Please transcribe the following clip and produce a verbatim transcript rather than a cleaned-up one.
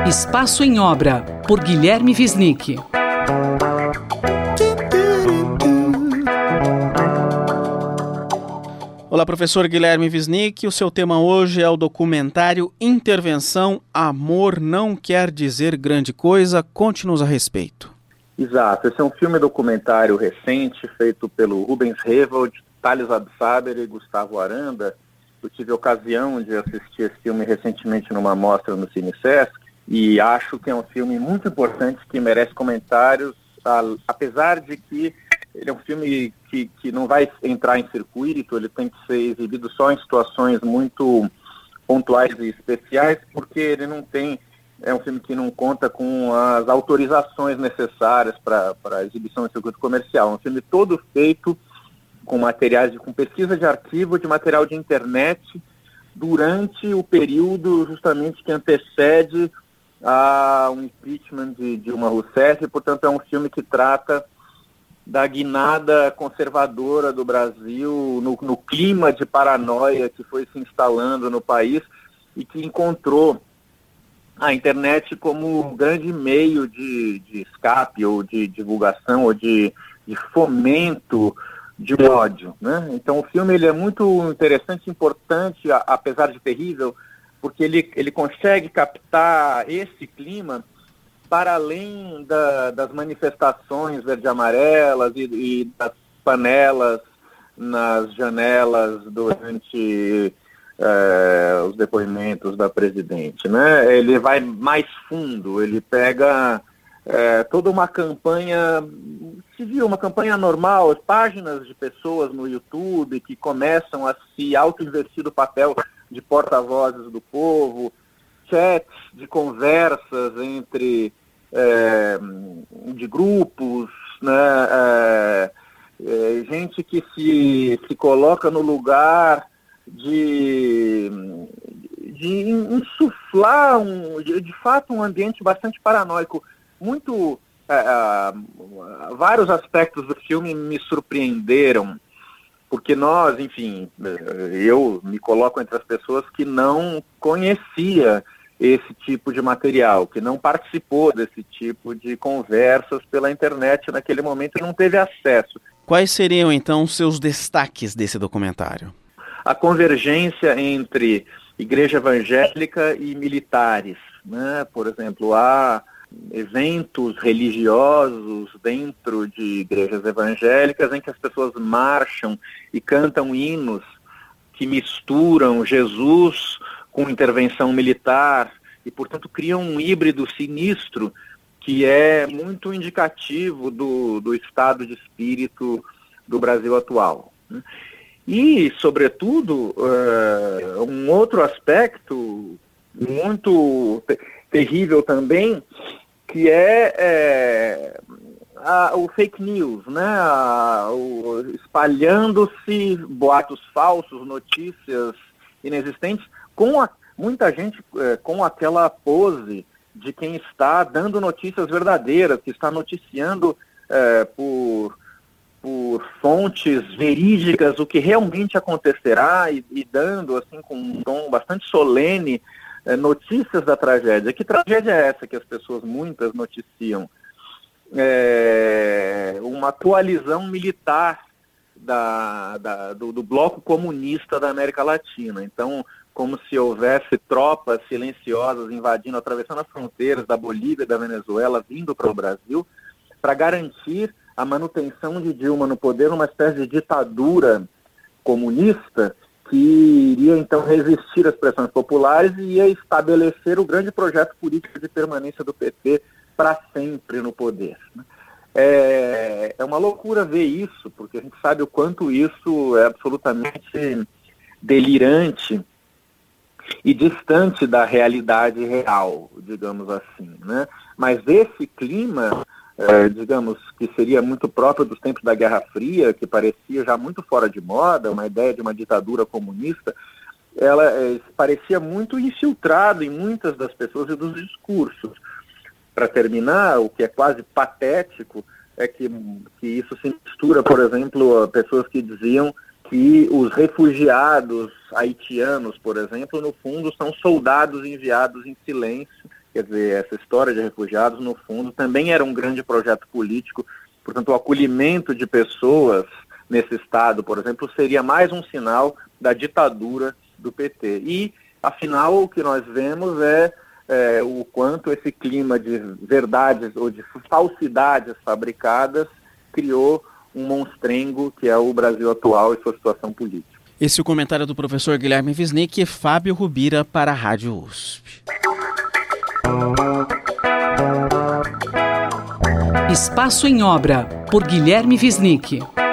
Espaço em Obra, por Guilherme Wisnik. Olá, professor Guilherme Wisnik. O seu tema hoje é o documentário Intervenção Amor Não Quer Dizer Grande Coisa. Conte-nos a respeito. Exato. Esse é um filme documentário recente, feito pelo Rubens Revold, Thales Absaber e Gustavo Aranda. Eu tive a ocasião de assistir esse filme recentemente numa mostra no CineSesc e acho que é um filme muito importante que merece comentários, apesar de que ele é um filme que, que não vai entrar em circuito, ele tem que ser exibido só em situações muito pontuais e especiais, porque ele não tem, é um filme que não conta com as autorizações necessárias para a exibição em circuito comercial. É um filme todo feito com materiais, de, com pesquisa de arquivo, de material de internet, durante o período justamente que antecede a um impeachment de Dilma Rousseff. Portanto, é um filme que trata da guinada conservadora do Brasil, no, no clima de paranoia que foi se instalando no país e que encontrou a internet como um grande meio de, de escape ou de divulgação ou de, de fomento de um ódio, né? Então o filme ele é muito interessante e importante, a, apesar de terrível, porque ele, ele consegue captar esse clima para além da, das manifestações verde-amarelas e, e das panelas nas janelas durante é, os depoimentos da presidente, né? Ele vai mais fundo, ele pega é, toda uma campanha civil, uma campanha normal, páginas de pessoas no YouTube que começam a se auto-investir do papel de porta-vozes do povo, chats de conversas entre é, de grupos, né, é, é, gente que se, se coloca no lugar de, de insuflar um, de, de fato um ambiente bastante paranoico. Muito é, é, vários aspectos do filme me surpreenderam, porque nós, enfim, eu me coloco entre as pessoas que não conhecia esse tipo de material, que não participou desse tipo de conversas pela internet naquele momento e não teve acesso. Quais seriam, então, os seus destaques desse documentário? A convergência entre igreja evangélica e militares, né? Por exemplo, há eventos religiosos dentro de igrejas evangélicas em que as pessoas marcham e cantam hinos que misturam Jesus com intervenção militar e, portanto, criam um híbrido sinistro que é muito indicativo do, do estado de espírito do Brasil atual. E, sobretudo, uh, um outro aspecto muito te- terrível também, que é, é a, o fake news, né? A, o, espalhando-se boatos falsos, notícias inexistentes, com a, muita gente é, com aquela pose de quem está dando notícias verdadeiras, que está noticiando é, por, por fontes verídicas o que realmente acontecerá e, e dando assim com um tom bastante solene é, notícias da tragédia. Que tragédia é essa que as pessoas, muitas, noticiam? É, uma coalizão militar da, da, do, do bloco comunista da América Latina. Então, como se houvesse tropas silenciosas invadindo, atravessando as fronteiras da Bolívia e da Venezuela, vindo para o Brasil, para garantir a manutenção de Dilma no poder, numa espécie de ditadura comunista que iria, então, resistir às pressões populares e ia estabelecer o grande projeto político de permanência do P T para sempre no poder. É, é uma loucura ver isso, porque a gente sabe o quanto isso é absolutamente delirante e distante da realidade real, digamos assim, né? Mas esse clima, é, digamos, que seria muito próprio dos tempos da Guerra Fria, que parecia já muito fora de moda, uma ideia de uma ditadura comunista, ela é, parecia muito infiltrado em muitas das pessoas e dos discursos. Para terminar, o que é quase patético é que, que isso se mistura, por exemplo, a pessoas que diziam que os refugiados haitianos, por exemplo, no fundo são soldados enviados em silêncio Quer dizer, essa história de refugiados, no fundo, também era um grande projeto político. Portanto, o acolhimento de pessoas nesse estado, por exemplo, seria mais um sinal da ditadura do P T. E, afinal, o que nós vemos é, é o quanto esse clima de verdades ou de falsidades fabricadas criou um monstrengo que é o Brasil atual e sua situação política. Esse é o comentário do professor Guilherme Wisnik e Fábio Rubira para a Rádio U S P. Espaço em Obra, por Guilherme Wisnik.